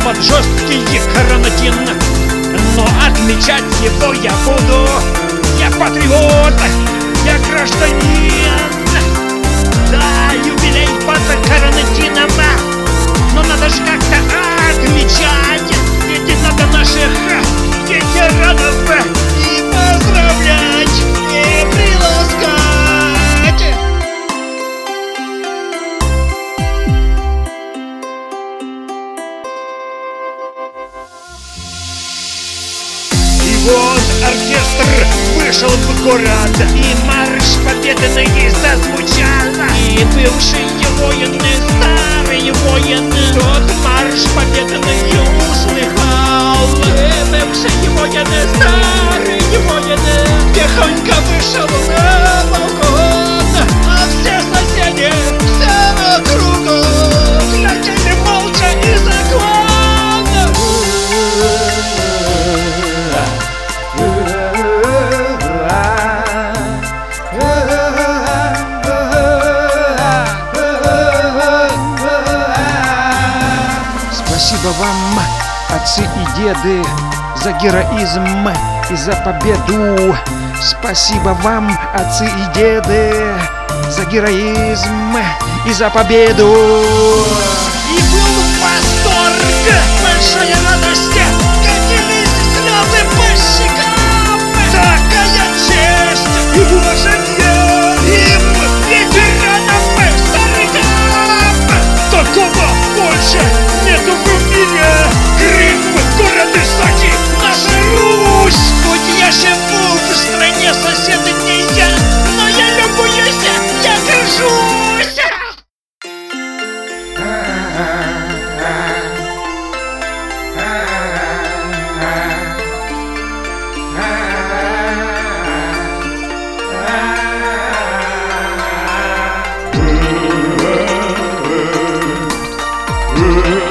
под жесткий карантин, но отмечать его я буду. Я патриот, я гражданин. Да, юбилей под карантином, но надо же как-то отмечать. Ведь надо наших ветеранов и поздравлять, и приласкать. И вот оркестр вышел в город, и марш победный зазвучал. И бывшие воины, старые воины, тот марш победный услыхал. И бывшие воины, старые воины, тихонько вышел на балкон, а все соседи, все кругом глядели молча и закон. Спасибо вам, отцы и деды, за героизм и за победу. Спасибо вам, отцы и деды, за героизм и за победу. И был восторг, большая радость, катились слезы по щекам. Такая честь и уважение им, ветеранам, старикам. Такого больше нету в мире. Крым, город Исаки, наша Русь. Хоть я живу в стране соседней, но я любуюсь, я горжусь. Yeah.